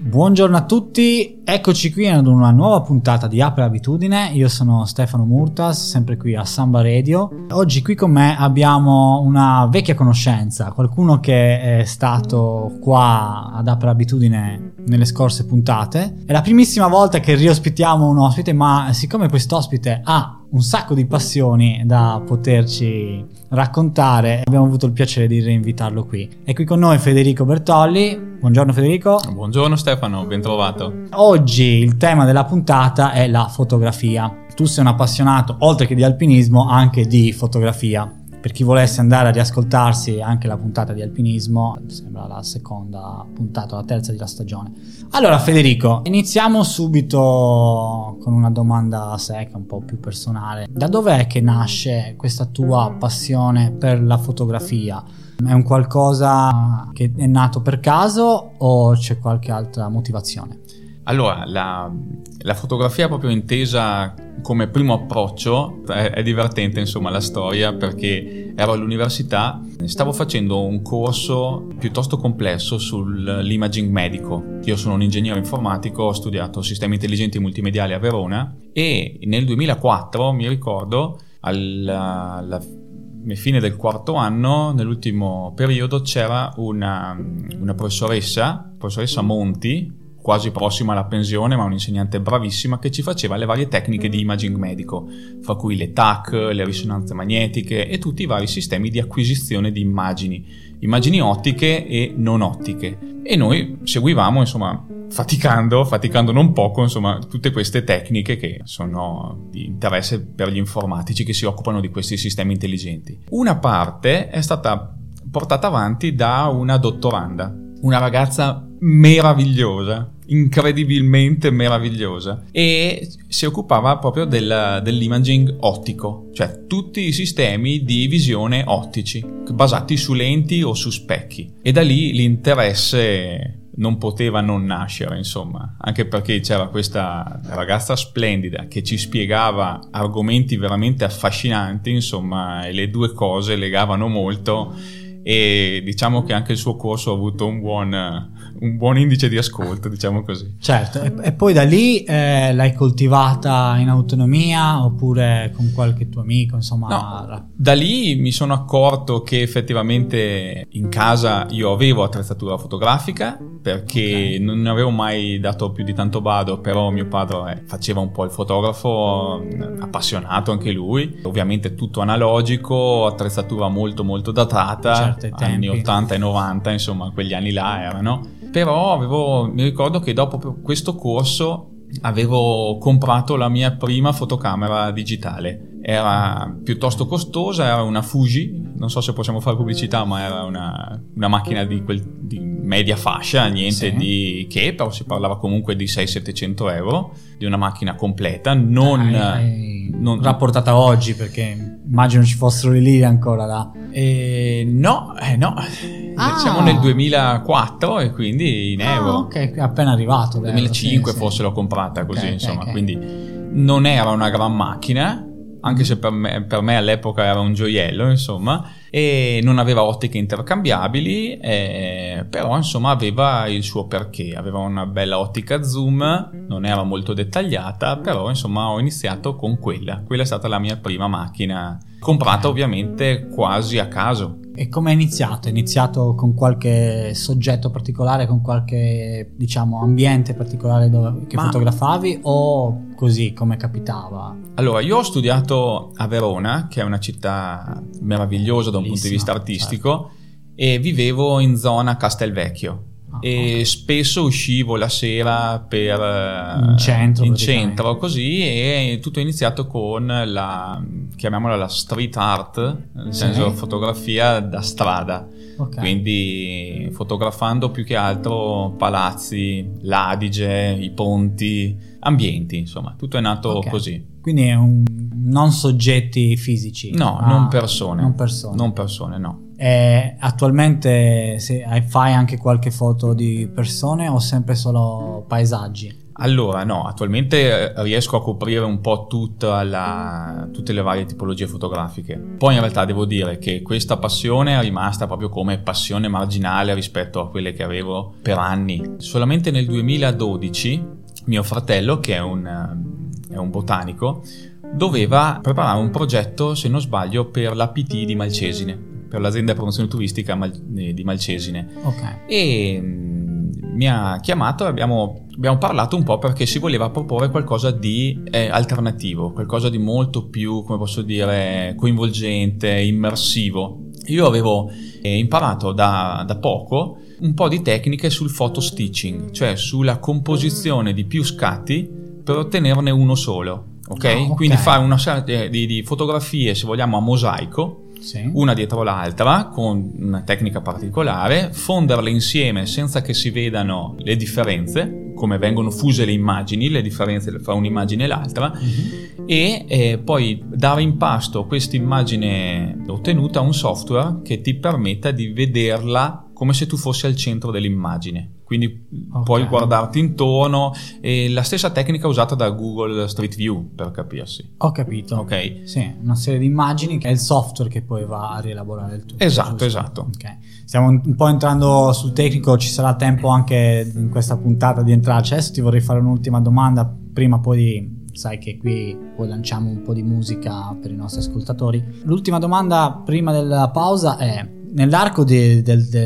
Buongiorno a tutti, eccoci qui ad una nuova puntata di Apre Abitudine. Io sono Stefano Murtas, sempre qui a Samba Radio. Oggi qui con me abbiamo una vecchia conoscenza, qualcuno che è stato qua ad Apre Abitudine nelle scorse puntate. È la primissima volta che riospitiamo un ospite, ma siccome quest'ospite ha un sacco di passioni da poterci raccontare, abbiamo avuto il piacere di reinvitarlo qui. È qui con noi Federico Bertolli. Buongiorno Federico. Buongiorno Stefano, ben trovato. Oggi il tema della puntata è la fotografia. Tu sei un appassionato, oltre che di alpinismo, anche di fotografia. Per chi volesse andare a riascoltarsi anche la puntata di alpinismo, sembra la seconda puntata, la terza della stagione. Allora Federico, iniziamo subito con una domanda secca, un po' più personale. Da dov'è che nasce questa tua passione per la fotografia? È un qualcosa che è nato per caso o c'è qualche altra motivazione? Allora, la fotografia proprio intesa come primo approccio è divertente, insomma, la storia, perché ero all'università, stavo facendo un corso piuttosto complesso sull'imaging medico. Io sono un ingegnere informatico, ho studiato sistemi intelligenti multimediali a Verona e nel 2004, mi ricordo, alla fine del quarto anno, nell'ultimo periodo, c'era una professoressa Monti, quasi prossima alla pensione, ma un'insegnante bravissima, che ci faceva le varie tecniche di imaging medico, fra cui le TAC, le risonanze magnetiche e tutti i vari sistemi di acquisizione di immagini ottiche e non ottiche. E noi seguivamo, insomma, faticando non poco, insomma, tutte queste tecniche che sono di interesse per gli informatici che si occupano di questi sistemi intelligenti. Una parte è stata portata avanti da una dottoranda, una ragazza meravigliosa, incredibilmente meravigliosa, e si occupava proprio dell'imaging ottico, cioè tutti i sistemi di visione ottici basati su lenti o su specchi, e da lì l'interesse non poteva non nascere, insomma, anche perché c'era questa ragazza splendida che ci spiegava argomenti veramente affascinanti, insomma, e le due cose legavano molto. E diciamo che anche il suo corso ha avuto un buon indice di ascolto, diciamo così. Certo, e poi da lì l'hai coltivata in autonomia oppure con qualche tuo amico, insomma? No, da lì mi sono accorto che effettivamente in casa io avevo attrezzatura fotografica, perché non ne avevo mai dato più di tanto bado, però mio padre faceva un po' il fotografo, appassionato anche lui, ovviamente tutto analogico, attrezzatura molto molto datata. Certo, anni 80 e 90, insomma, quegli anni là erano. Però mi ricordo che dopo questo corso avevo comprato la mia prima fotocamera digitale. Era piuttosto costosa, era una Fuji, non so se possiamo fare pubblicità, ma era una macchina di media fascia, niente sì, di che, però si parlava comunque di 600-700 euro, di una macchina completa, non rapportata oggi, perché immagino ci fossero le lire ancora là. No. Siamo nel 2004 e quindi in euro. Ok, è appena arrivato. 2005 sì, forse l'ho comprata così, insomma, okay. Quindi non era una gran macchina, anche se per me all'epoca era un gioiello, insomma, e non aveva ottiche intercambiabili, però insomma aveva il suo perché, aveva una bella ottica zoom, non era molto dettagliata, però insomma ho iniziato con quella è stata la mia prima macchina, comprata ovviamente quasi a caso. E come è iniziato? È iniziato con qualche soggetto particolare, con qualche, diciamo, ambiente particolare che fotografavi, o così come capitava? Allora, io ho studiato a Verona, che è una città meravigliosa da un punto di vista artistico, certo. E vivevo in zona Castelvecchio. E spesso uscivo la sera in centro così, e tutto è iniziato con chiamiamola la street art, nel senso fotografia da strada, quindi fotografando più che altro palazzi, l'Adige, i ponti, ambienti, insomma, tutto è nato così. Quindi non soggetti fisici? No, non persone, non persone, no. E attualmente fai anche qualche foto di persone o sempre solo paesaggi? Allora, no, attualmente riesco a coprire un po' tutte le varie tipologie fotografiche. Poi in realtà devo dire che questa passione è rimasta proprio come passione marginale rispetto a quelle che avevo per anni. Solamente nel 2012 mio fratello, che è un botanico, doveva preparare un progetto, se non sbaglio, per l'APT di Malcesine, per l'azienda di promozione turistica di Malcesine. Ok. E mi ha chiamato e abbiamo parlato un po' perché si voleva proporre qualcosa di alternativo, qualcosa di molto più, come posso dire, coinvolgente, immersivo. Io avevo imparato da poco un po' di tecniche sul photo stitching, cioè sulla composizione di più scatti per ottenerne uno solo. Ok? Quindi fare una serie di fotografie, se vogliamo, a mosaico, sì, una dietro l'altra con una tecnica particolare, fonderle insieme senza che si vedano le differenze, come vengono fuse le immagini, le differenze fra un'immagine e l'altra, e poi dare in pasto questa immagine ottenuta a un software che ti permetta di vederla come se tu fossi al centro dell'immagine. Quindi puoi guardarti intorno, e la stessa tecnica usata da Google Street View, per capirsi. Ho capito. Ok. Sì, una serie di immagini che è il software che poi va a rielaborare il tutto. Esatto. Ok. Stiamo un po' entrando sul tecnico, ci sarà tempo anche in questa puntata di entrarci. Adesso ti vorrei fare un'ultima domanda, prima poi sai che qui poi lanciamo un po' di musica per i nostri ascoltatori. L'ultima domanda prima della pausa è: nell'arco di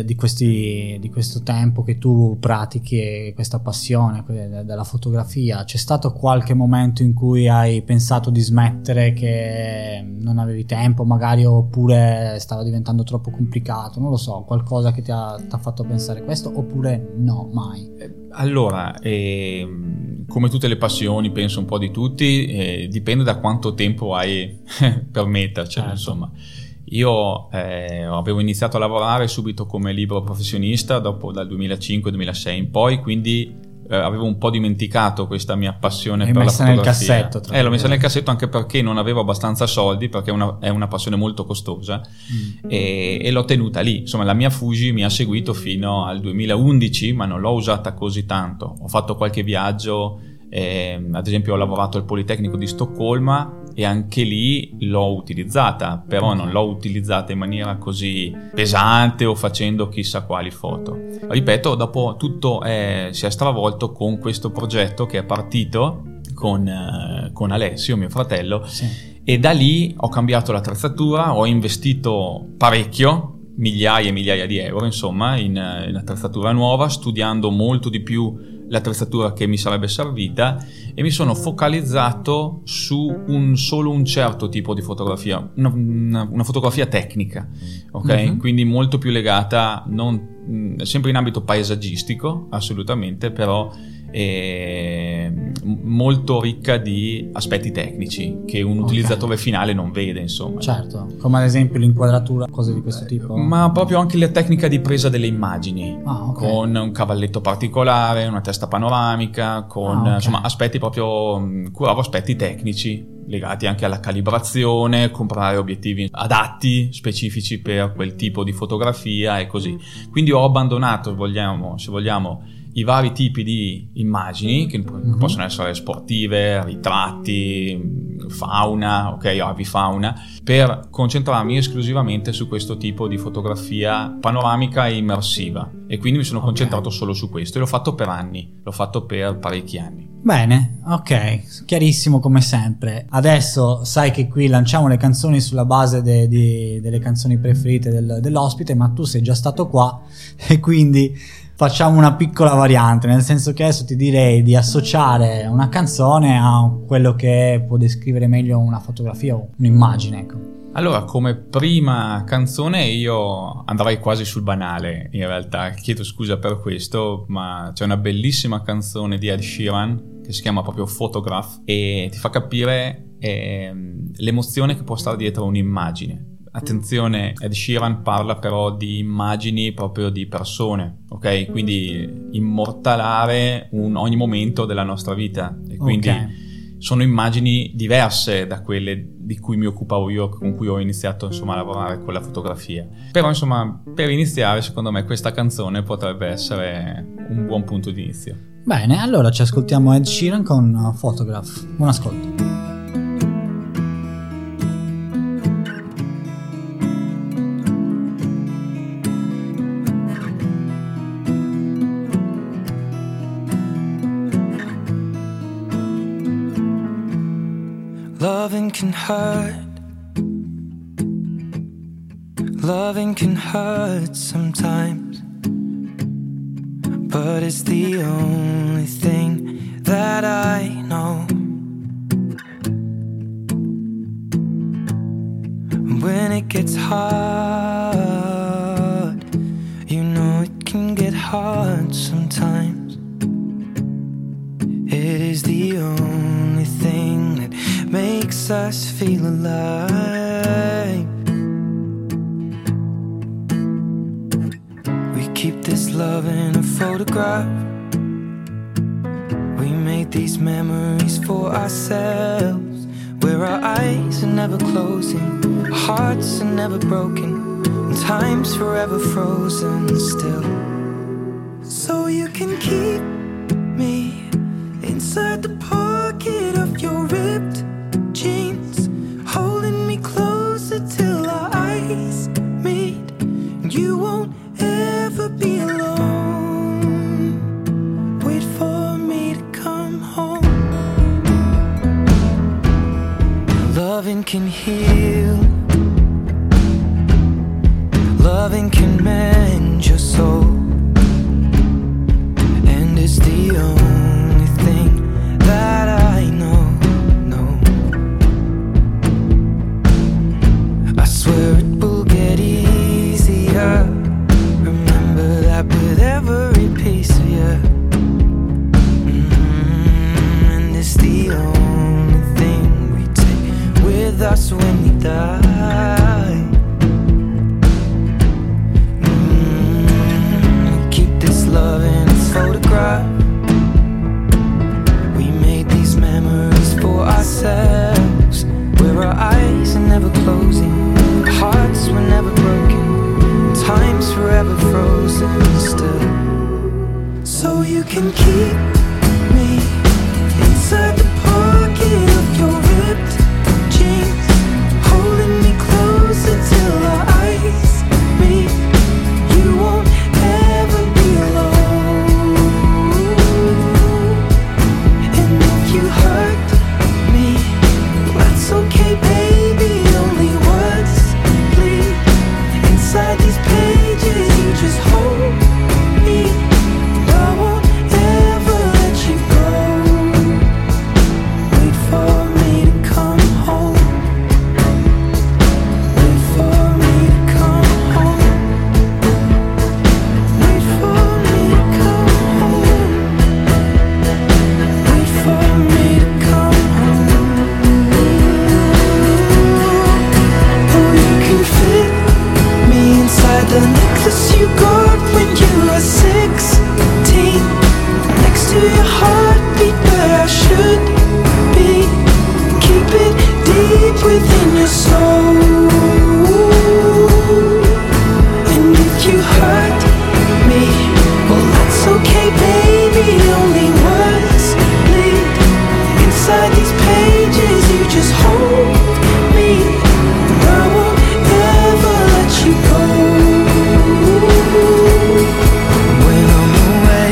questo tempo che tu pratichi questa passione della fotografia, c'è stato qualche momento in cui hai pensato di smettere, che non avevi tempo magari, oppure stava diventando troppo complicato? Non lo so, qualcosa che ti ha fatto pensare questo, oppure no, mai? Allora, come tutte le passioni, penso un po' di tutti, dipende da quanto tempo hai per mettercelo, certo. Insomma. Io avevo iniziato a lavorare subito come libero professionista dal 2005-2006 in poi, quindi avevo un po' dimenticato questa mia passione per la fotografia. L'ho messa nel cassetto. L'ho messa nel cassetto anche perché non avevo abbastanza soldi, perché è una passione molto costosa, e l'ho tenuta lì. Insomma, la mia Fuji mi ha seguito fino al 2011, ma non l'ho usata così tanto. Ho fatto qualche viaggio, ad esempio ho lavorato al Politecnico di Stoccolma e anche lì l'ho utilizzata, però non l'ho utilizzata in maniera così pesante o facendo chissà quali foto. Ripeto, dopo tutto si è stravolto con questo progetto che è partito con Alessio, mio fratello, sì. E da lì ho cambiato l'attrezzatura, ho investito parecchio, migliaia e migliaia di euro, insomma, in attrezzatura nuova, studiando molto di più l'attrezzatura che mi sarebbe servita, e mi sono focalizzato su solo un certo tipo di fotografia, una fotografia tecnica, ok? Quindi molto più legata, sempre in ambito paesaggistico, assolutamente, però molto ricca di aspetti tecnici che un utilizzatore finale non vede, insomma. Certo, come ad esempio l'inquadratura, cose di questo tipo. Ma proprio anche la tecnica di presa delle immagini, con un cavalletto particolare, una testa panoramica, con insomma aspetti proprio, curavo aspetti tecnici legati anche alla calibrazione, comprare obiettivi adatti, specifici per quel tipo di fotografia e così. Quindi ho abbandonato, se vogliamo, i vari tipi di immagini che possono essere sportive, ritratti, fauna, avifauna, per concentrarmi esclusivamente su questo tipo di fotografia panoramica e immersiva, e quindi mi sono concentrato solo su questo, e l'ho fatto per anni, l'ho fatto per parecchi anni. Bene, ok, chiarissimo come sempre. Adesso sai che qui lanciamo le canzoni sulla base delle canzoni preferite dell'ospite, ma tu sei già stato qua e quindi facciamo una piccola variante, nel senso che adesso ti direi di associare una canzone a quello che può descrivere meglio una fotografia o un'immagine, ecco. Allora, come prima canzone io andrei quasi sul banale, in realtà, chiedo scusa per questo, ma c'è una bellissima canzone di Ed Sheeran che si chiama proprio Photograph, e ti fa capire l'emozione che può stare dietro un'immagine. Attenzione, Ed Sheeran parla però di immagini proprio di persone, ok? Quindi immortalare ogni momento della nostra vita, e quindi sono immagini diverse da quelle di cui mi occupavo io, con cui ho iniziato insomma a lavorare con la fotografia. Però insomma, per iniziare, secondo me questa canzone potrebbe essere un buon punto di inizio. Bene, allora ci ascoltiamo Ed Sheeran con Photograph. Buon ascolto. Loving can hurt. Loving can hurt sometimes, but it's the only thing that I know. When it gets hard, you know it can get hard sometimes. It is the only thing that makes us feel alive. We keep this love in a photograph. We made these memories for ourselves, where our eyes are never closing, our hearts are never broken, and time's forever frozen still. So you can keep me inside the pocket of your ripped jeans, holding me closer till our eyes meet. You won't ever be alone. Wait for me to come home. Loving can heal. Loving can mend your soul. And it's the only thing that I know. I swear it will get easier. Remember that with every piece of you. And it's the only thing we take with us when we die. We keep this love in its photograph. We made these memories for ourselves, where our eyes are never closing, our hearts were never broken, time's forever frozen still. So you can keep me inside the pocket of your ripped jeans, holding me closer till our eyes meet. You won't ever be alone. And if you hurt me, that's okay, baby. Only words bleed inside these pages. You just hold me. I won't ever let you go. Wait for me to come home. Wait for me to come home. Wait for me to come home. Wait for me to come home. Oh, you can fit me inside the necklace you got when you were 16, next to your heartbeat where I should be. Keep it deep within your soul. And if you hurt me, well, that's okay, baby. Only words bleed inside these pages. You just hold me. I won't ever let you go. When I'm away,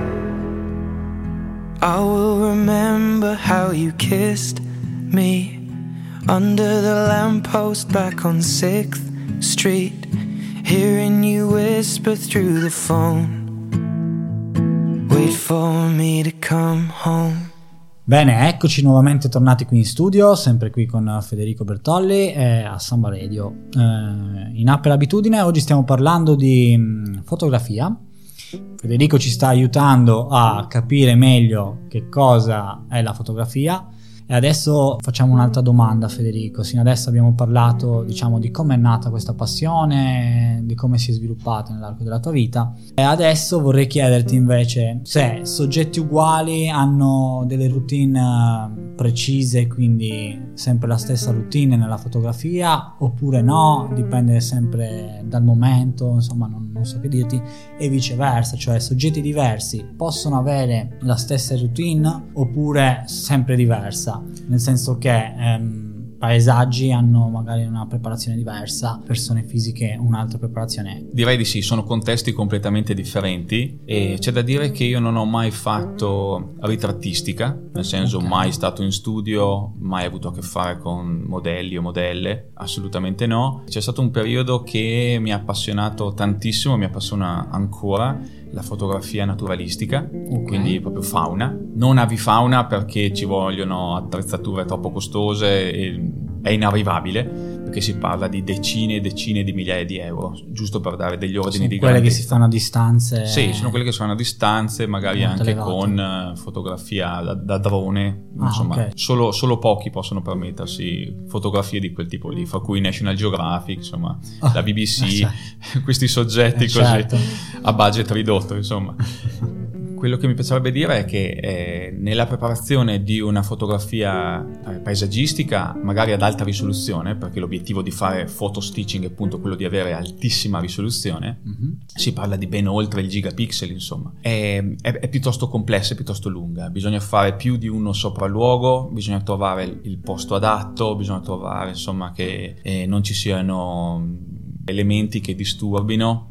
I will remember how you kissed me under the lamppost back on 6th Street, hearing you whisper through the phone. Wait for me to come home. Bene, eccoci nuovamente tornati qui in studio, sempre qui con Federico Bertolli e a Samba Radio. In app per abitudine, oggi stiamo parlando di fotografia. Federico ci sta aiutando a capire meglio che cosa è la fotografia E adesso facciamo un'altra domanda, Federico. Sino adesso abbiamo parlato, diciamo, di come è nata questa passione, di come si è sviluppata nell'arco della tua vita, e adesso vorrei chiederti invece se soggetti uguali hanno delle routine precise, quindi sempre la stessa routine nella fotografia, oppure no, dipende sempre dal momento, insomma non so che dirti, e viceversa, cioè soggetti diversi possono avere la stessa routine oppure sempre diversa, nel senso che paesaggi hanno magari una preparazione diversa, persone fisiche un'altra preparazione. Direi di sì, sono contesti completamente differenti, e c'è da dire che io non ho mai fatto ritrattistica, nel senso mai stato in studio, mai avuto a che fare con modelli o modelle, assolutamente no. C'è stato un periodo che mi ha appassionato tantissimo, mi appassiona ancora, la fotografia naturalistica, quindi proprio fauna, non avifauna perché ci vogliono attrezzature troppo costose e è inarrivabile, perché si parla di decine e decine di migliaia di euro, giusto per dare degli ordini di grandezza. Quelle che si fanno a distanze. Sì, sono quelle che si fanno a distanze, magari anche elevate, con fotografia da drone, insomma, okay. Solo pochi possono permettersi fotografie di quel tipo lì, fra cui National Geographic, insomma, la BBC, questi soggetti così a budget ridotto, insomma. Quello che mi piacerebbe dire è che nella preparazione di una fotografia paesaggistica, magari ad alta risoluzione, perché l'obiettivo di fare photo stitching è appunto quello di avere altissima risoluzione, si parla di ben oltre il gigapixel, insomma. È piuttosto complessa, è piuttosto lunga, bisogna fare più di uno sopralluogo, bisogna trovare il posto adatto, bisogna trovare, insomma, che non ci siano elementi che disturbino.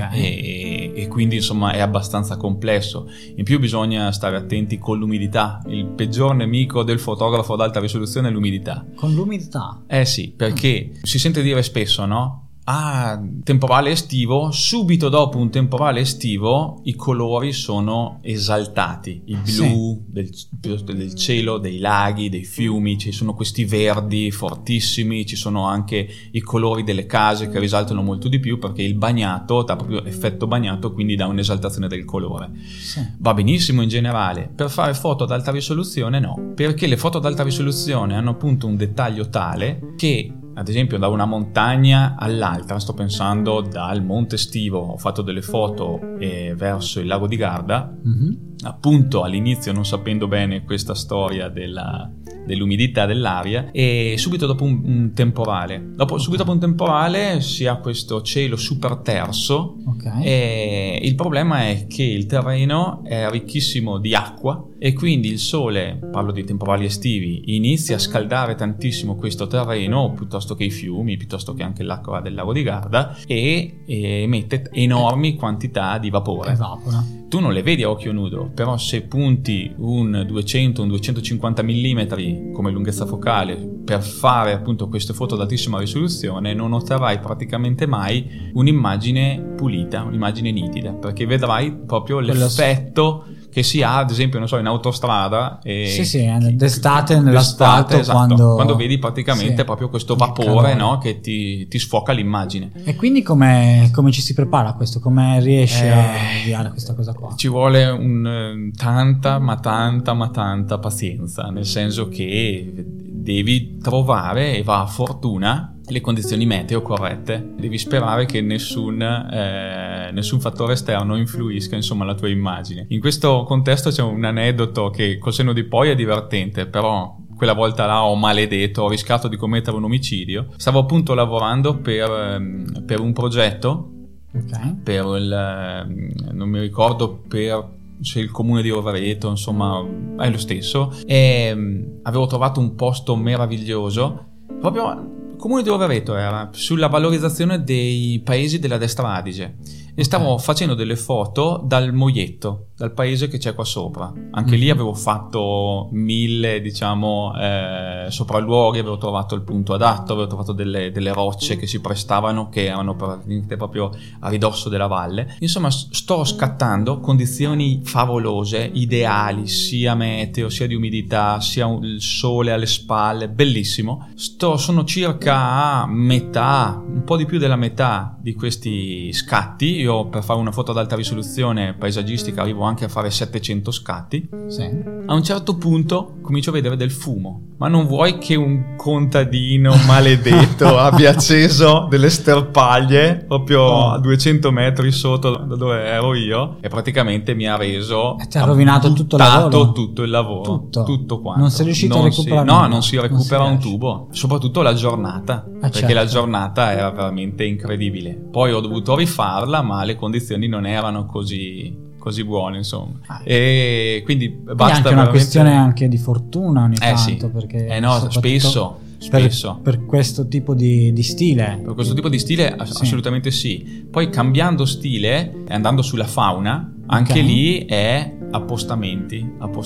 E quindi insomma è abbastanza complesso. In più bisogna stare attenti con l'umidità. Il peggior nemico del fotografo ad alta risoluzione è l'umidità. Con l'umidità? Sì, perché si sente dire spesso, no? Temporale estivo, subito dopo un temporale estivo i colori sono esaltati, il blu del cielo, dei laghi, dei fiumi, ci sono questi verdi fortissimi, ci sono anche i colori delle case che risaltano molto di più, perché il bagnato dà proprio effetto bagnato, quindi dà un'esaltazione del colore. Va benissimo in generale, per fare foto ad alta risoluzione no, perché le foto ad alta risoluzione hanno appunto un dettaglio tale che, ad esempio, da una montagna all'altra, sto pensando dal Monte Stivo, ho fatto delle foto verso il lago di Garda, appunto all'inizio non sapendo bene questa storia dell'umidità dell'aria, e subito dopo un temporale. Subito dopo un temporale si ha questo cielo super terso, e il problema è che il terreno è ricchissimo di acqua, e quindi il sole, parlo di temporali estivi, inizia a scaldare tantissimo questo terreno, piuttosto che i fiumi, piuttosto che anche l'acqua del lago di Garda, e emette enormi quantità di vapore. Evapora. Tu non le vedi a occhio nudo, però se punti un 200, un 250 mm come lunghezza focale per fare appunto queste foto ad altissima risoluzione, non otterrai praticamente mai un'immagine pulita, un'immagine nitida, perché vedrai proprio l'effetto che si ha, ad esempio, non so, in autostrada, d'estate nell'asfalto, esatto, quando vedi praticamente proprio questo vapore, no, che ti sfoca l'immagine. E quindi come ci si prepara a questo? Come riesci a avviare questa cosa qua? Ci vuole tanta pazienza, nel senso che devi trovare, e va a fortuna, le condizioni meteo corrette. Devi sperare che nessun fattore esterno influisca, insomma, la tua immagine. In questo contesto c'è un aneddoto che col senno di poi è divertente, però quella volta là ho maledetto, ho rischiato di commettere un omicidio. Stavo appunto lavorando per un progetto, per non mi ricordo se il comune di Rovereto, insomma è lo stesso, e avevo trovato un posto meraviglioso, proprio il comune di Rovereto era sulla valorizzazione dei paesi della destra Adige, e stavo facendo delle foto dal Moietto, dal paese che c'è qua sopra. Anche lì avevo fatto 1000 sopralluoghi, avevo trovato il punto adatto, avevo trovato delle rocce che si prestavano, che erano proprio a ridosso della valle. Insomma, sto scattando condizioni favolose, ideali, sia meteo, sia di umidità, sia il sole alle spalle, bellissimo. Sono circa a metà, un po' di più della metà di questi scatti. io per fare una foto ad alta risoluzione paesaggistica arrivo anche a fare 700 scatti. Sì. A un certo punto comincio a vedere del fumo, ma non vuoi che un contadino maledetto abbia acceso delle sterpaglie proprio a 200 metri sotto da dove ero io, e praticamente mi ha reso, ti ha rovinato tutto il lavoro. Tutto il lavoro, tutto quanto. Non sei riuscito a recuperare no, nulla. non si recupera un tubo, soprattutto la giornata, perché certo. la giornata era veramente incredibile. Poi ho dovuto rifarla, ma le condizioni non erano così buone, insomma. E quindi basta. È anche una questione anche di fortuna ogni tanto, sì. perché no, spesso per questo tipo di stile. Per questo tipo di stile assolutamente sì. Poi cambiando stile e andando sulla fauna, anche lì è appostamenti,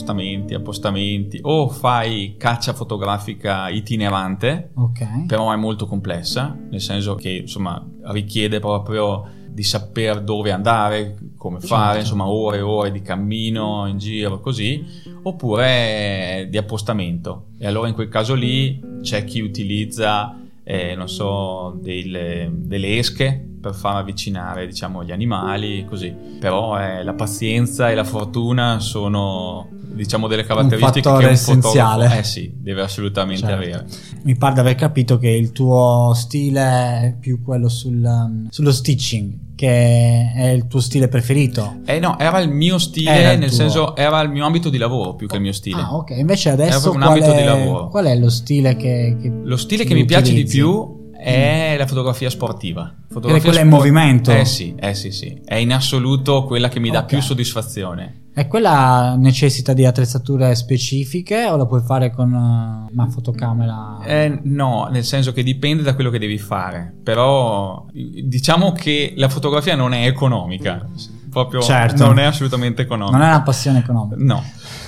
o fai caccia fotografica itinerante, però è molto complessa, nel senso che insomma richiede proprio di saper dove andare, come fare, insomma ore e ore di cammino in giro, così, oppure di appostamento. E allora in quel caso lì c'è chi utilizza non so, delle esche per far avvicinare, diciamo, gli animali, così. Però la pazienza e la fortuna sono, diciamo, delle caratteristiche un fattore che un essenziale. fotografo deve assolutamente avere. Mi pare di aver capito che il tuo stile è più quello sullo stitching, che è il tuo stile preferito. No, era il mio stile, senso era il mio ambito di lavoro più che il mio stile. Ah, ok. Invece adesso un ambito di lavoro. Qual è lo stile che lo stile che mi piace di più è la fotografia sportiva. Quella in movimento. Sì. È in assoluto quella che mi dà più soddisfazione. E quella necessita di attrezzature specifiche o la puoi fare con una fotocamera? No, nel senso che dipende da quello che devi fare. Però diciamo che la fotografia non è economica. Proprio non è assolutamente economica. Non è una passione economica. No.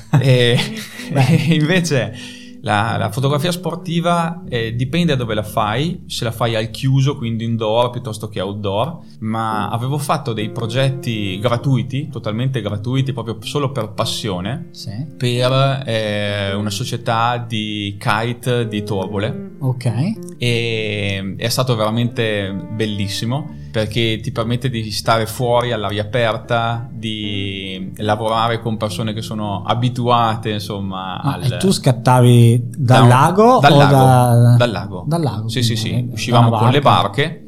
Invece la fotografia sportiva dipende da dove la fai, se la fai al chiuso, quindi indoor piuttosto che outdoor, ma avevo fatto dei progetti gratuiti, totalmente gratuiti, proprio solo per passione, per una società di kite di Torbole. E è stato veramente bellissimo, perché ti permette di stare fuori all'aria aperta, di lavorare con persone che sono abituate, insomma. E tu scattavi dal lago? Dal lago. Dal lago. Sì. Uscivamo con le barche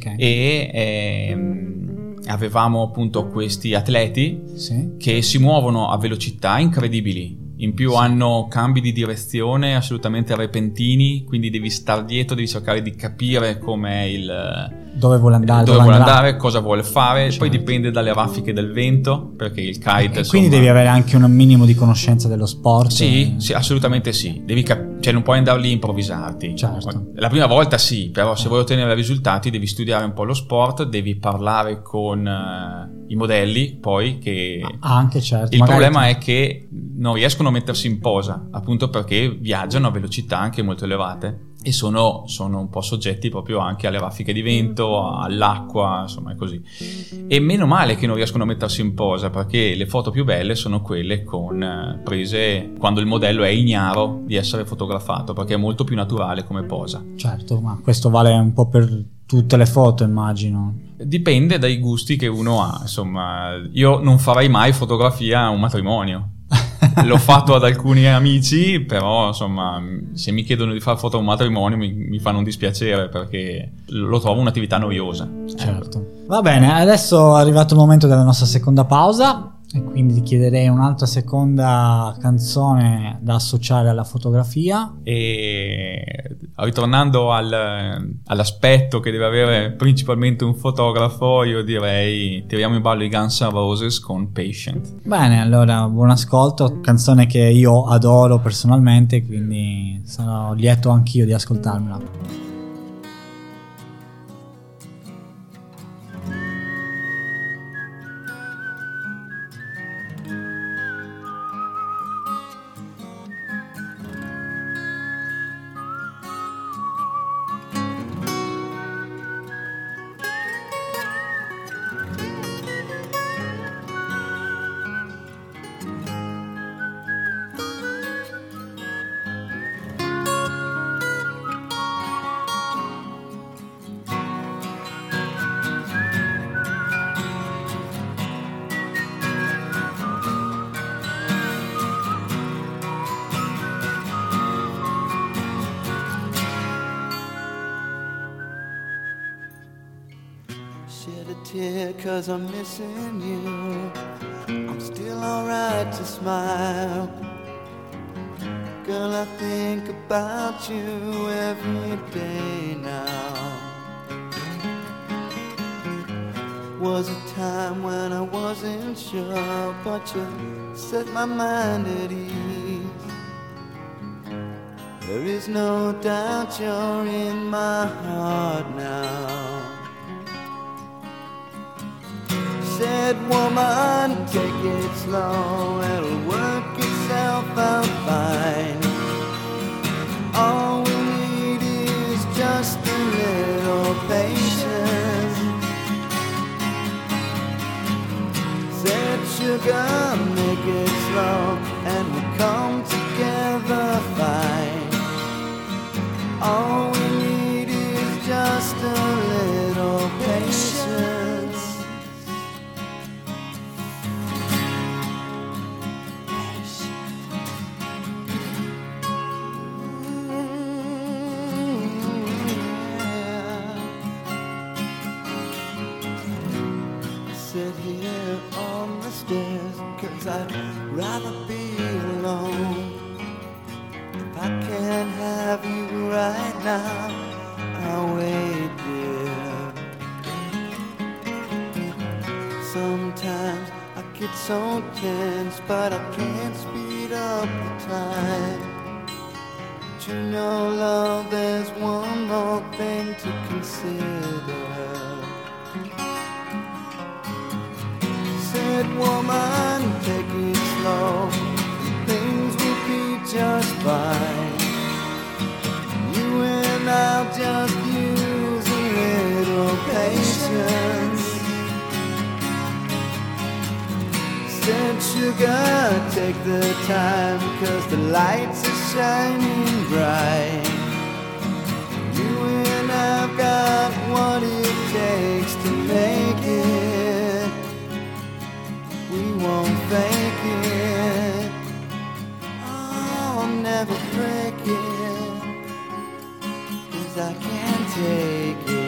e avevamo appunto questi atleti che si muovono a velocità incredibili. In più hanno cambi di direzione assolutamente repentini, quindi devi star dietro, devi cercare di capire com'è dove vuole andare, cosa vuole fare. Poi dipende dalle raffiche del vento, perché il kite quindi devi avere anche un minimo di conoscenza dello sport. Sì, assolutamente sì. Devi cioè non puoi andare lì e improvvisarti. La prima volta sì, però se vuoi ottenere risultati devi studiare un po' lo sport, devi parlare con i modelli, poi che anche il problema è che non riescono a mettersi in posa, appunto perché viaggiano a velocità anche molto elevate e sono un po' soggetti proprio anche alle raffiche di vento, all'acqua, insomma è così. E meno male che non riescono a mettersi in posa, perché le foto più belle sono quelle prese quando il modello è ignaro di essere fotografato, perché è molto più naturale come posa. Certo, ma questo vale un po' per tutte le foto, immagino. Dipende dai gusti che uno ha, insomma. Io non farei mai fotografia a un matrimonio. L'ho fatto ad alcuni amici, però insomma se mi chiedono di fare foto a un matrimonio mi fanno un dispiacere, perché lo trovo un'attività noiosa. Certo. Va bene, adesso è arrivato il momento della nostra seconda pausa e quindi ti chiederei un'altra seconda canzone da associare alla fotografia. E ritornando all'aspetto che deve avere principalmente un fotografo, io direi tiriamo in ballo i Guns N' Roses con Patient. Bene, allora buon ascolto, canzone che io adoro personalmente, quindi sarò lieto anch'io di ascoltarmela. dear, 'cause I'm missing you. I'm still alright to smile. Girl, I think about you every day now. Was a time when I wasn't sure, but you set my mind at ease. There is no doubt you're in my heart now. Said, woman, take it slow, it'll work itself out fine. All we need is just a little patience. Said, sugar, make it slow and we'll come together fine. All we need is just a little patience. Sit here on the stairs, 'cause I'd rather be alone. If I can't have you right now, I'll wait, dear. Sometimes I get so tense, but I can't speed up the time. But you know, love, there's one more thing to consider. Said, woman, take it slow, things will be just fine. You and I'll just use a little patience. Said, sugar, take the time, 'cause the lights are shining bright. You and I've got what it takes to make it. We won't fake it. Oh, I'll never break it, 'cause I can't take it.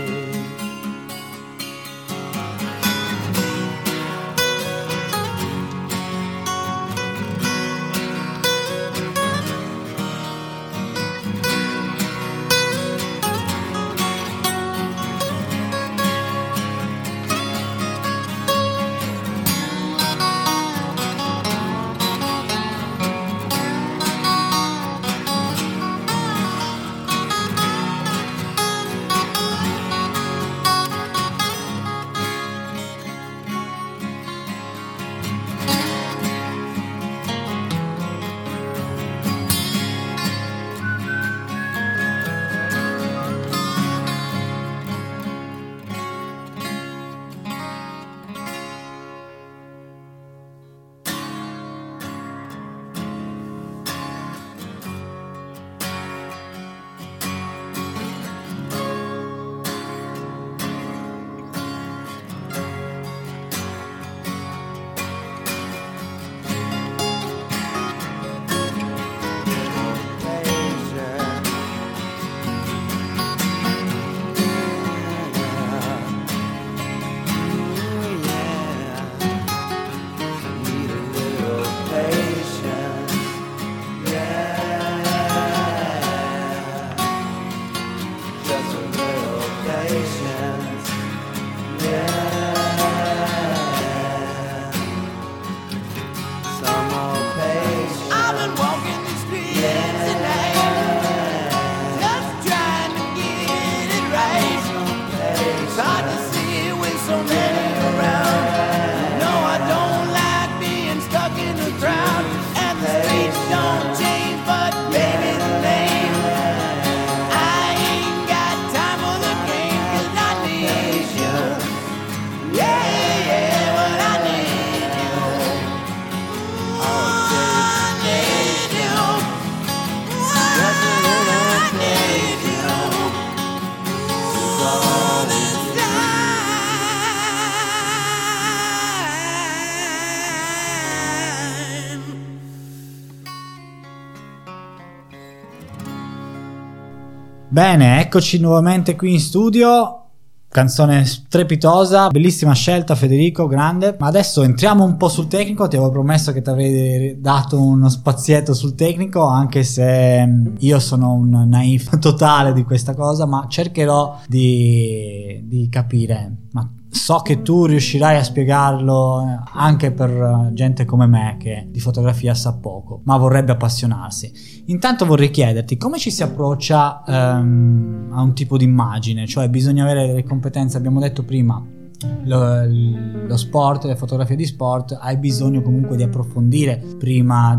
Bene, eccoci nuovamente qui in studio. Canzone strepitosa, bellissima scelta Federico, grande. Ma adesso entriamo un po' sul tecnico. Ti avevo promesso che ti avrei dato uno spazietto sul tecnico, anche se io sono un naif totale di questa cosa, ma cercherò di capire. Ma so che tu riuscirai a spiegarlo anche per gente come me che di fotografia sa poco, ma vorrebbe appassionarsi. Intanto vorrei chiederti come ci si approccia a un tipo di immagine, cioè bisogna avere delle competenze, abbiamo detto prima, lo sport, le fotografie di sport, hai bisogno comunque di approfondire prima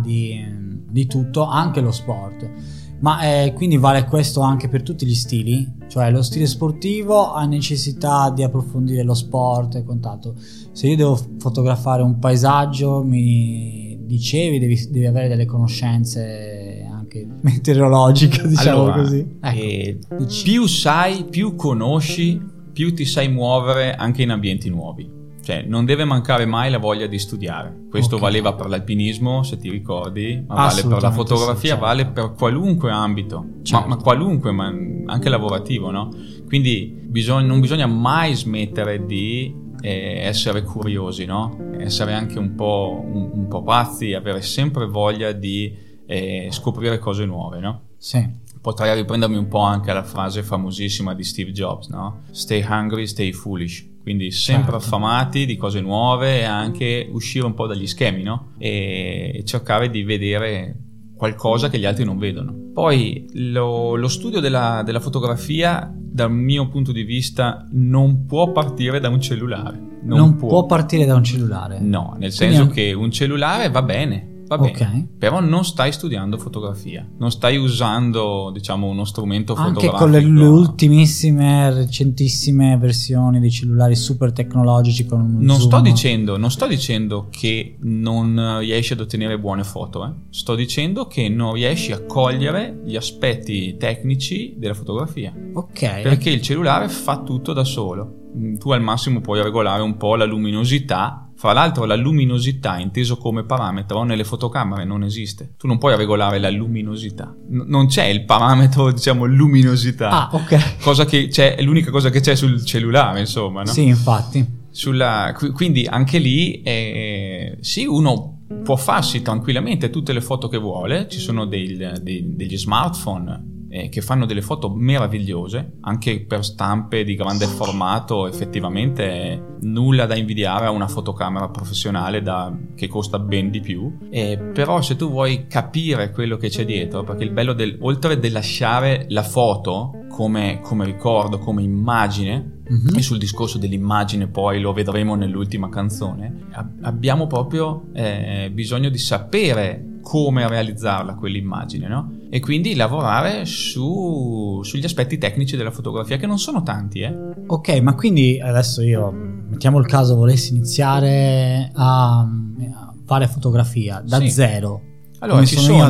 di tutto anche lo sport. Ma quindi vale questo anche per tutti gli stili? Cioè lo stile sportivo ha necessità di approfondire lo sport e quant'altro. Se io devo fotografare un paesaggio, mi dicevi, devi avere delle conoscenze anche meteorologiche, diciamo allora, così. Ecco. Più sai, più conosci, più ti sai muovere anche in ambienti nuovi. Cioè non deve mancare mai la voglia di studiare. Questo valeva per l'alpinismo, se ti ricordi, ma vale per la fotografia, sì, certo. Vale per qualunque ambito, certo. ma qualunque, ma anche lavorativo, no? Quindi non bisogna mai smettere di essere curiosi, no? Essere anche un po' pazzi, avere sempre voglia di scoprire cose nuove, no? Sì. Potrei riprendermi un po' anche alla frase famosissima di Steve Jobs, no? Stay hungry, stay foolish. Quindi sempre affamati di cose nuove e anche uscire un po' dagli schemi, no? E cercare di vedere qualcosa che gli altri non vedono. Poi lo studio della fotografia, dal mio punto di vista, non può partire da un cellulare. Non può partire da un cellulare? No, nel senso che un cellulare va bene, però non stai studiando fotografia, non stai usando, diciamo, uno strumento fotografico. Anche con le ultimissime, recentissime versioni dei cellulari super tecnologici con un non zoom. sto dicendo che non riesci ad ottenere buone foto, sto dicendo che non riesci a cogliere gli aspetti tecnici della fotografia. Ok. Perché il cellulare fa tutto da solo. Tu al massimo puoi regolare un po' la luminosità. Fra l'altro la luminosità, inteso come parametro, nelle fotocamere non esiste. Tu non puoi regolare la luminosità. Non c'è il parametro, diciamo, luminosità. Ah, ok. Cosa che c'è, è l'unica cosa che c'è sul cellulare, insomma, no? Sì, infatti. Quindi anche lì, sì, uno può farsi tranquillamente tutte le foto che vuole. Ci sono degli smartphone che fanno delle foto meravigliose, anche per stampe di grande formato. Effettivamente nulla da invidiare a una fotocamera professionale che costa ben di più, però se tu vuoi capire quello che c'è dietro, perché il bello oltre di lasciare la foto come ricordo, come immagine, e sul discorso dell'immagine poi lo vedremo nell'ultima canzone, abbiamo proprio bisogno di sapere come realizzarla quell'immagine, no? E quindi lavorare sugli aspetti tecnici della fotografia, che non sono tanti, Ok, ma quindi adesso io, mettiamo il caso, volessi iniziare a fare fotografia da zero. Allora,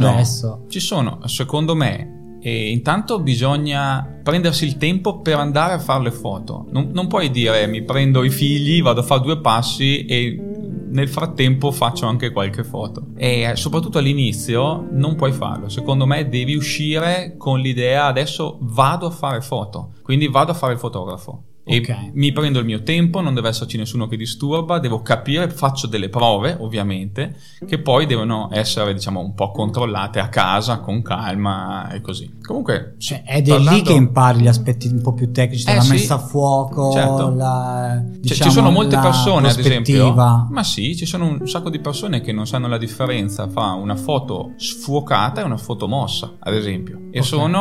ci sono, secondo me, intanto bisogna prendersi il tempo per andare a fare le foto. Non puoi dire mi prendo i figli, vado a fare 2 passi e nel frattempo faccio anche qualche foto. E soprattutto all'inizio non puoi farlo. Secondo me devi uscire con l'idea: adesso vado a fare foto, quindi vado a fare il fotografo. E mi prendo il mio tempo, non deve esserci nessuno che disturba, devo capire, faccio delle prove ovviamente, che poi devono essere, diciamo, un po' controllate a casa con calma e così. Comunque ed è lì che impari gli aspetti un po' più tecnici, la messa a fuoco, certo. Ci sono molte persone, ad esempio, ma sì, ci sono un sacco di persone che non sanno la differenza fra una foto sfuocata e una foto mossa, ad esempio, e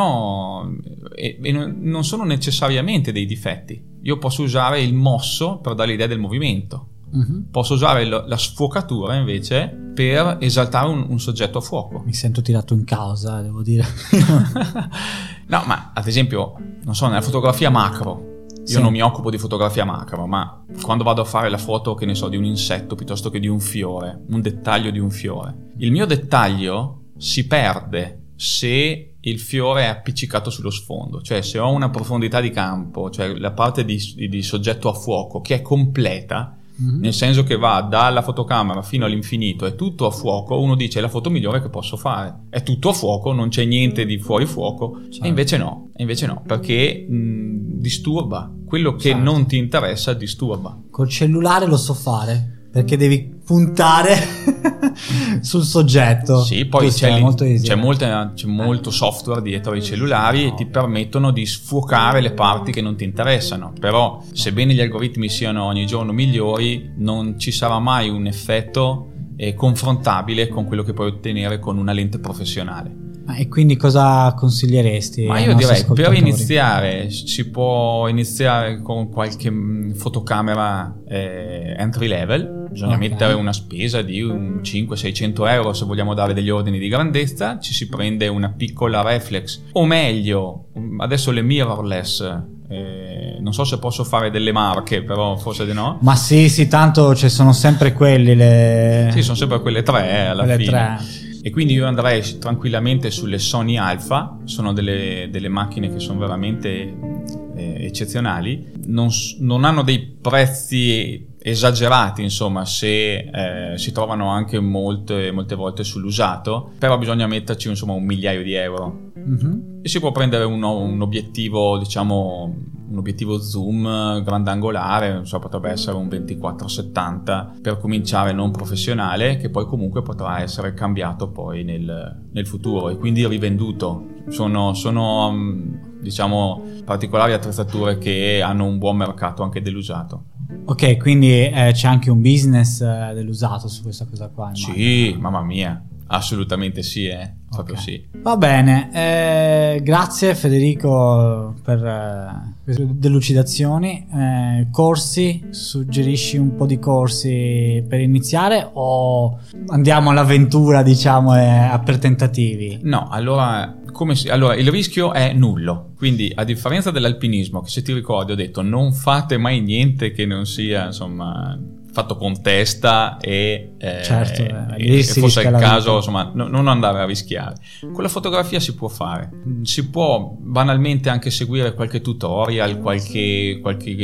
non sono necessariamente dei difetti. Io posso usare il mosso per dare l'idea del movimento. Posso usare la sfuocatura invece per esaltare un soggetto a fuoco. Mi sento tirato in causa, devo dire. No, ma ad esempio, non so, nella fotografia macro, io non mi occupo di fotografia macro, ma quando vado a fare la foto, che ne so, di un insetto piuttosto che di un fiore, un dettaglio di un fiore, il mio dettaglio si perde se il fiore è appiccicato sullo sfondo, cioè se ho una profondità di campo, cioè la parte di soggetto a fuoco che è completa, nel senso che va dalla fotocamera fino all'infinito, è tutto a fuoco, uno dice è la foto migliore che posso fare, è tutto a fuoco, non c'è niente di fuori fuoco, certo. E invece no, perché disturba. quello che Certo. non ti interessa disturba. Col cellulare lo so fare, perché devi puntare sul soggetto. Sì, poi Giusto, è molto easy. c'è molto software dietro ai cellulari e ti permettono di sfocare le parti che non ti interessano, però sebbene gli algoritmi siano ogni giorno migliori, non ci sarà mai un effetto confrontabile con quello che puoi ottenere con una lente professionale. E quindi cosa consiglieresti? Ma ai io nostri direi, per ascoltatori? iniziare, si può iniziare con qualche fotocamera entry level. Bisogna Ok. mettere una spesa di un 500-600 euro se vogliamo dare degli ordini di grandezza. Ci si prende una piccola reflex, o meglio, adesso le mirrorless. Non so se posso fare delle marche, però forse di no. Ma sì, tanto ci sono sempre quelli. Sì, sono sempre quelle tre alla quelle fine. tre. E quindi io andrei tranquillamente sulle Sony Alpha, sono delle macchine che sono veramente eccezionali, non hanno dei prezzi esagerati, insomma, se si trovano anche molte volte sull'usato, però bisogna metterci insomma un migliaio di euro. Mhm. E si può prendere un obiettivo, diciamo un obiettivo zoom grandangolare, non so, potrebbe essere un 24-70 per cominciare, non professionale, che poi comunque potrà essere cambiato poi nel futuro e quindi rivenduto. Sono diciamo particolari attrezzature che hanno un buon mercato anche dell'usato. Ok, quindi c'è anche un business dell'usato su questa cosa qua. immagino. Sì, mamma mia, assolutamente sì, proprio Ok. sì. Va bene, grazie Federico per queste delucidazioni. Corsi, suggerisci un po' di corsi per iniziare o andiamo all'avventura, diciamo, per tentativi? No, allora, allora il rischio è nullo, quindi a differenza dell'alpinismo, che se ti ricordi ho detto non fate mai niente che non sia insomma fatto con testa e Certo, lì e si fosse rischia il la caso vita. insomma non andare a rischiare. Con la fotografia si può fare, si può banalmente anche seguire qualche tutorial, qualche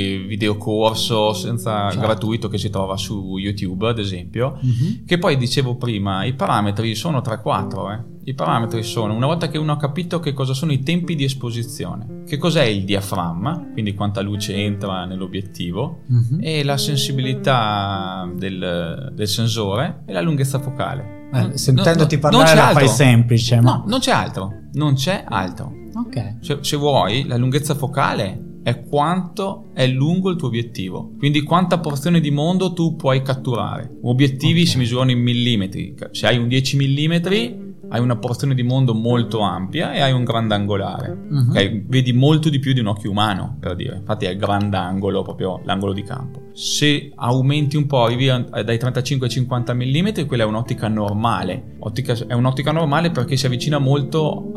videocorso Certo. gratuito che si trova su YouTube ad esempio. Mhm. Che poi dicevo prima, i parametri sono 3-4. I parametri sono, una volta che uno ha capito che cosa sono i tempi di esposizione, che cos'è il diaframma, quindi quanta luce entra nell'obiettivo, Mhm. e la sensibilità del sensore e la lunghezza focale. Sentendoti non parlare c'è la altro. fai semplice, ma No, non c'è altro. ok. Se vuoi, la lunghezza focale è quanto è lungo il tuo obiettivo, quindi quanta porzione di mondo tu puoi catturare. Obiettivi si misurano in millimetri. Se hai un 10 millimetri hai una porzione di mondo molto ampia e hai un grandangolare. Mhm. Ok? Vedi molto di più di un occhio umano, per dire. Infatti è il grandangolo, proprio l'angolo di campo. Se aumenti un po', arrivi dai 35 ai 50 mm, quella è un'ottica normale. È un'ottica normale perché si avvicina molto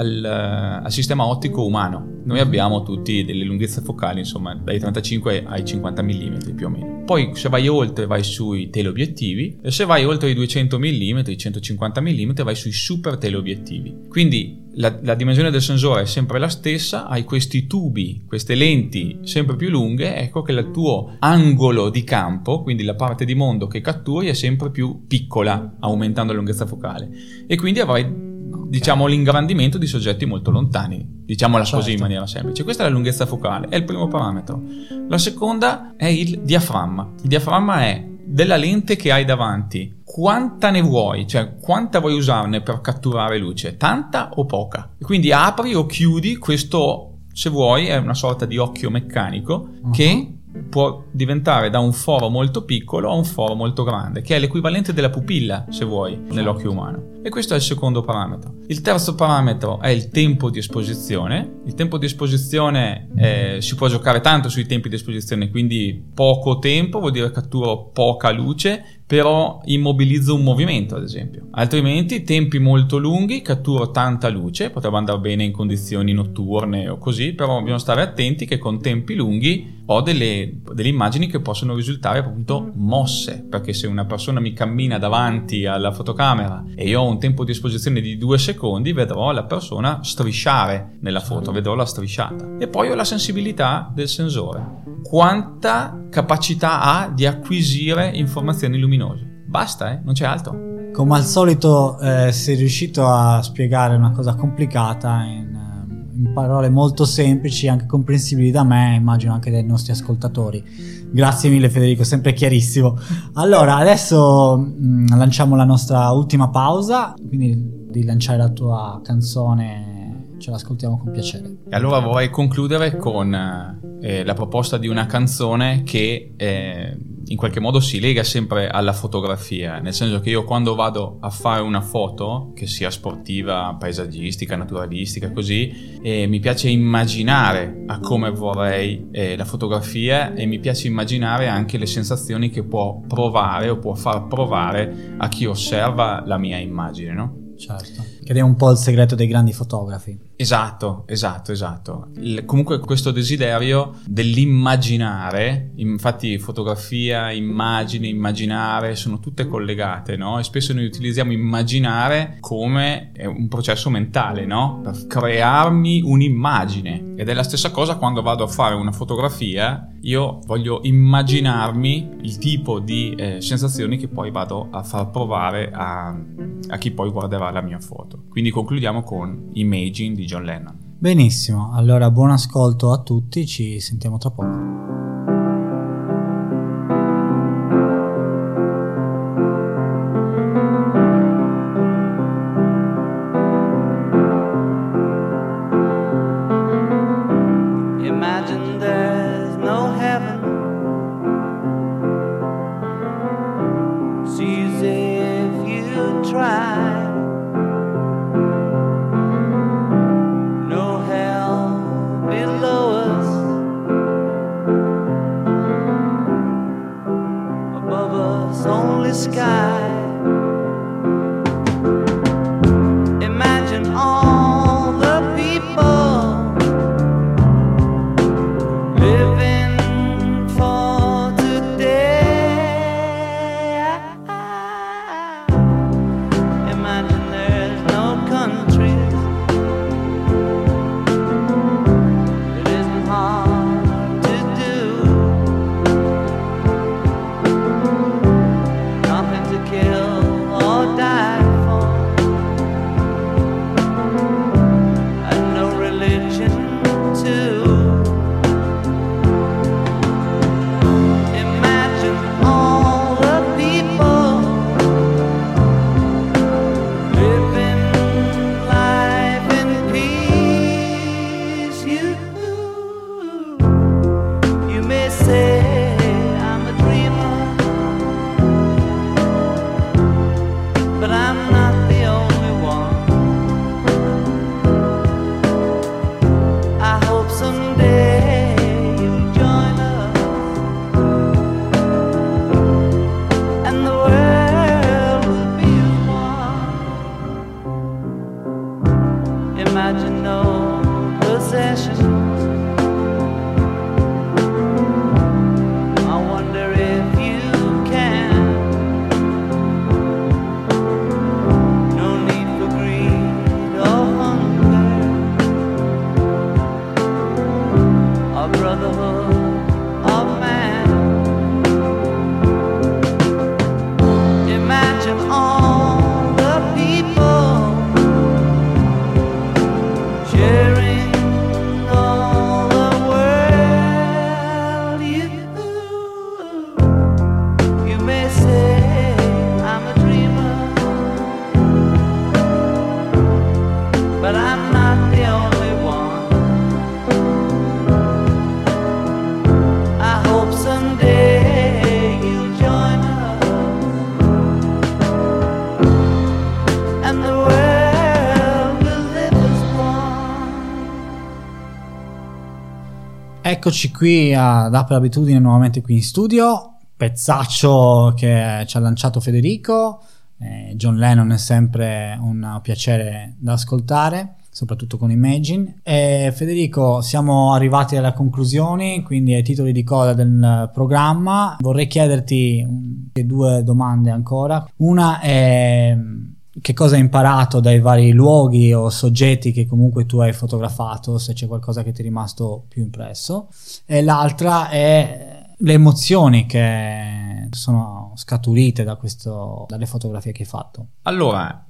al sistema ottico umano. Noi abbiamo tutti delle lunghezze focali, insomma, dai 35 ai 50 mm più o meno. Poi se vai oltre vai sui teleobiettivi, e se vai oltre i 200 mm, 150 mm vai sui super teleobiettivi. Quindi la dimensione del sensore è sempre la stessa, hai questi tubi, queste lenti sempre più lunghe, ecco che il tuo angolo di campo, quindi la parte di mondo che catturi, è sempre più piccola, aumentando la lunghezza focale. E quindi avrai diciamo l'ingrandimento di soggetti molto lontani, diciamola Certo. così in maniera semplice. Questa è la lunghezza focale, è il primo parametro. La seconda è il diaframma. Il diaframma è della lente che hai davanti, quanta ne vuoi, cioè quanta vuoi usarne per catturare luce, tanta o poca. Quindi apri o chiudi questo, se vuoi, è una sorta di occhio meccanico che può diventare da un foro molto piccolo a un foro molto grande, che è l'equivalente della pupilla, se vuoi, nell'occhio umano. E questo è il secondo parametro. Il terzo parametro è il tempo di esposizione. Il tempo di esposizione si può giocare tanto sui tempi di esposizione, quindi poco tempo vuol dire catturo poca luce, però immobilizzo un movimento, ad esempio. Altrimenti tempi molto lunghi, catturo tanta luce, potrebbe andare bene in condizioni notturne o così, però bisogna stare attenti che con tempi lunghi ho delle immagini che possono risultare appunto mosse, perché se una persona mi cammina davanti alla fotocamera e io ho un tempo di esposizione di 2 secondi, vedrò la persona strisciare nella foto, vedrò la strisciata. E poi ho la sensibilità del sensore. Quanta capacità ha di acquisire informazioni luminose? Basta, non c'è altro. Come al solito sei riuscito a spiegare una cosa complicata in in parole molto semplici, anche comprensibili da me, immagino anche dai nostri ascoltatori. Grazie mille Federico, sempre chiarissimo. Allora, adesso lanciamo la nostra ultima pausa, quindi di lanciare la tua canzone ce l'ascoltiamo con piacere. E allora vorrei concludere con la proposta di una canzone che in qualche modo si lega sempre alla fotografia, nel senso che io quando vado a fare una foto, che sia sportiva, paesaggistica, naturalistica, così, mi piace immaginare a come vorrei la fotografia, e mi piace immaginare anche le sensazioni che può provare o può far provare a chi osserva la mia immagine, no? Certo, che è un po' il segreto dei grandi fotografi. Esatto. Comunque questo desiderio dell'immaginare, infatti fotografia, immagine, immaginare sono tutte collegate, no? E spesso noi utilizziamo immaginare come un processo mentale, no? Per crearmi un'immagine. Ed è la stessa cosa quando vado a fare una fotografia, io voglio immaginarmi il tipo di sensazioni che poi vado a far provare a chi poi guarderà la mia foto. Quindi concludiamo con Imagine di John Lennon. Benissimo, allora buon ascolto a tutti, ci sentiamo tra poco. Eccoci qui ad Apre l'Abitudine nuovamente qui in studio, pezzaccio che ci ha lanciato Federico. John Lennon è sempre un piacere da ascoltare, soprattutto con Imagine. E Federico, siamo arrivati alle conclusioni, quindi ai titoli di coda del programma. Vorrei chiederti due domande ancora. Una è: che cosa hai imparato dai vari luoghi o soggetti che comunque tu hai fotografato, se c'è qualcosa che ti è rimasto più impresso? E l'altra è le emozioni che sono scaturite dalle fotografie che hai fatto? Allora,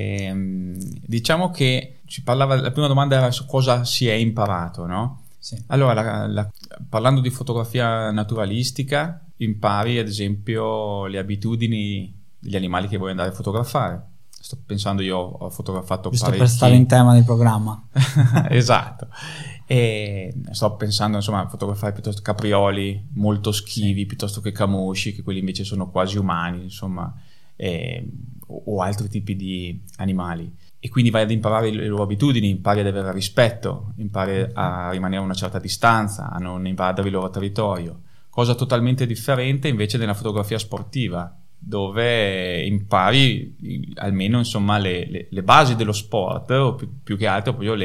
diciamo che ci parlava, la prima domanda era su cosa si è imparato, no? Sì. Allora, parlando di fotografia naturalistica, impari ad esempio le abitudini degli animali che vuoi andare a fotografare. Sto pensando, io ho fotografato giusto parecchi... per stare in tema del programma. Esatto. E sto pensando, insomma, a fotografare piuttosto caprioli molto schivi, piuttosto che camosci, che quelli invece sono quasi umani, insomma, o altri tipi di animali. E quindi vai ad imparare le loro abitudini, impari ad avere rispetto, impari a rimanere a una certa distanza, a non invadere il loro territorio. Cosa totalmente differente invece nella fotografia sportiva, dove impari almeno, insomma, le basi dello sport, o più che altro proprio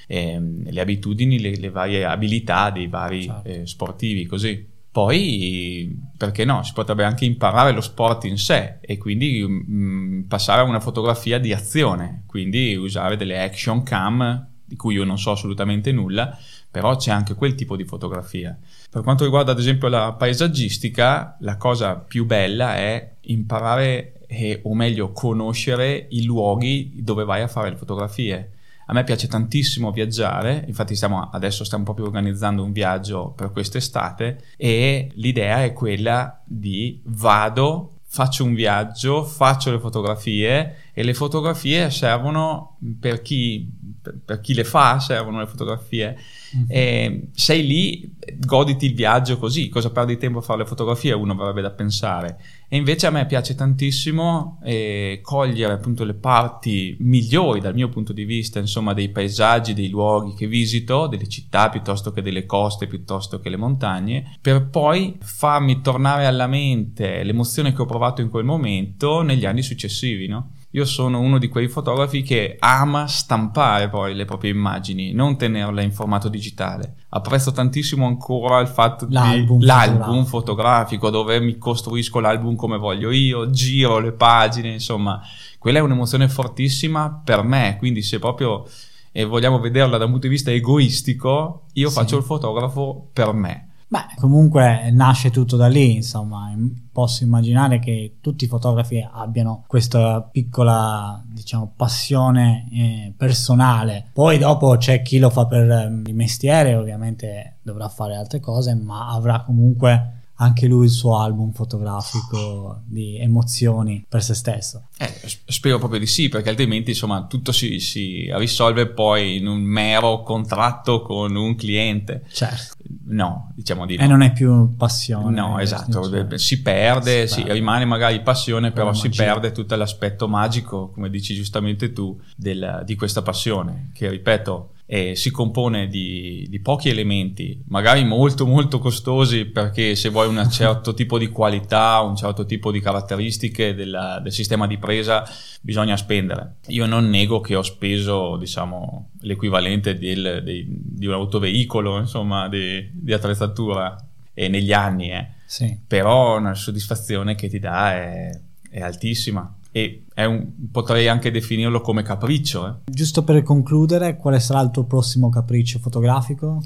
le abitudini, le varie abilità dei vari sportivi, così. Poi, perché no, si potrebbe anche imparare lo sport in sé e quindi passare a una fotografia di azione, quindi usare delle action cam, di cui io non so assolutamente nulla, però c'è anche quel tipo di fotografia. Per quanto riguarda ad esempio la paesaggistica, la cosa più bella è imparare o meglio conoscere i luoghi dove vai a fare le fotografie. A me piace tantissimo viaggiare, infatti adesso stiamo proprio organizzando un viaggio per quest'estate e l'idea è quella di faccio un viaggio, faccio le fotografie e le fotografie servono per chi le fa, servono le fotografie. E sei lì, goditi il viaggio così, cosa perdi tempo a fare le fotografie, uno avrebbe da pensare. E invece a me piace tantissimo cogliere appunto le parti migliori dal mio punto di vista, insomma, dei paesaggi, dei luoghi che visito, delle città piuttosto che delle coste, piuttosto che le montagne, per poi farmi tornare alla mente l'emozione che ho provato in quel momento negli anni successivi, no? Io sono uno di quei fotografi che ama stampare poi le proprie immagini, non tenerle in formato digitale. Apprezzo tantissimo ancora il fatto l'album fotografico, dove mi costruisco l'album come voglio io, giro le pagine, insomma, quella è un'emozione fortissima per me, quindi se proprio vogliamo vederla da un punto di vista egoistico, io faccio il fotografo per me. Beh, comunque nasce tutto da lì, insomma, posso immaginare che tutti i fotografi abbiano questa piccola, diciamo, passione personale. Poi dopo c'è chi lo fa per il mestiere, ovviamente dovrà fare altre cose, ma avrà comunque anche lui il suo album fotografico di emozioni per se stesso. Spero proprio di sì, perché altrimenti, insomma, tutto si risolve poi in un mero contratto con un cliente. Certo. No, diciamo di no. E non è più passione. No, esatto, si perde, rimane magari passione, però si perde tutto l'aspetto magico, come dici giustamente tu, di questa passione, che ripeto, si compone di pochi elementi, magari molto molto costosi, perché se vuoi un certo tipo di qualità, un certo tipo di caratteristiche del sistema di presa, bisogna spendere. Io non nego che ho speso, diciamo, l'equivalente di un autoveicolo, insomma, di attrezzatura negli anni, Sì. Però una soddisfazione che ti dà è altissima. E potrei anche definirlo come capriccio. Giusto per concludere, quale sarà il tuo prossimo capriccio fotografico?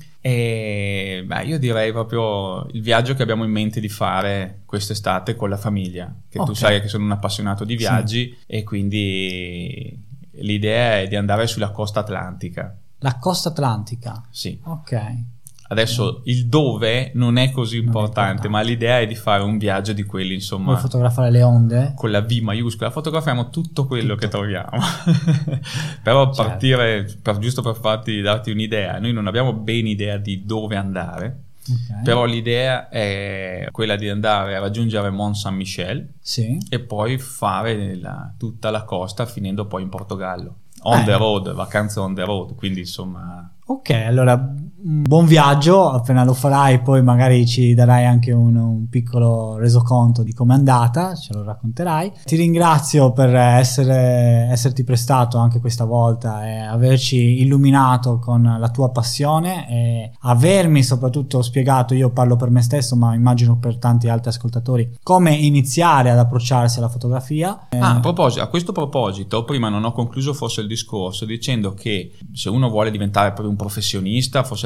Io direi proprio il viaggio che abbiamo in mente di fare quest'estate con la famiglia, che tu sai che sono un appassionato di viaggi, e quindi l'idea è di andare sulla costa atlantica. La costa atlantica? Sì. Ok. Adesso il dove non è così importante, ma l'idea è di fare un viaggio di quelli, insomma. Vuoi fotografare le onde? Con la V maiuscola, fotografiamo tutto quello che troviamo. Però partire, giusto per darti un'idea, noi non abbiamo ben idea di dove andare, però l'idea è quella di andare a raggiungere Mont Saint-Michel e poi fare tutta la costa, finendo poi in Portogallo. On the road, vacanze on the road, quindi insomma... Ok, allora buon viaggio, appena lo farai poi magari ci darai anche un piccolo resoconto di com'è andata, ce lo racconterai. Ti ringrazio per esserti prestato anche questa volta e averci illuminato con la tua passione e avermi soprattutto spiegato, io parlo per me stesso ma immagino per tanti altri ascoltatori, come iniziare ad approcciarsi alla fotografia. A questo proposito, prima non ho concluso forse il discorso dicendo che se uno vuole diventare proprio un professionista, forse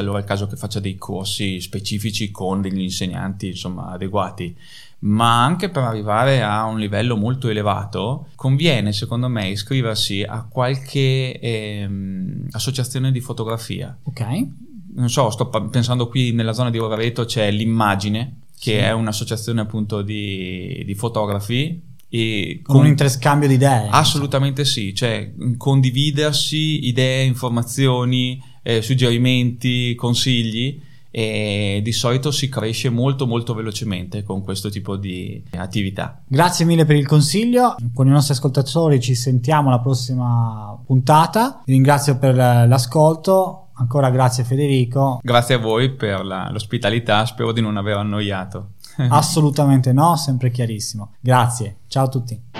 allora è il caso che faccia dei corsi specifici con degli insegnanti insomma adeguati. Ma anche per arrivare a un livello molto elevato conviene secondo me iscriversi a qualche associazione di fotografia. Ok. Non so, sto pensando qui nella zona di Rovereto c'è l'Immagine, che è un'associazione appunto di fotografi. E con un interscambio di idee. Assolutamente sì, cioè condividersi idee, informazioni, suggerimenti, consigli, e di solito si cresce molto molto velocemente con questo tipo di attività. Grazie mille per il consiglio. Con i nostri ascoltatori ci sentiamo alla prossima puntata. Vi ringrazio per l'ascolto. Ancora grazie Federico. Grazie a voi per l'ospitalità, spero di non aver annoiato. Assolutamente no, sempre chiarissimo. Grazie, ciao a tutti.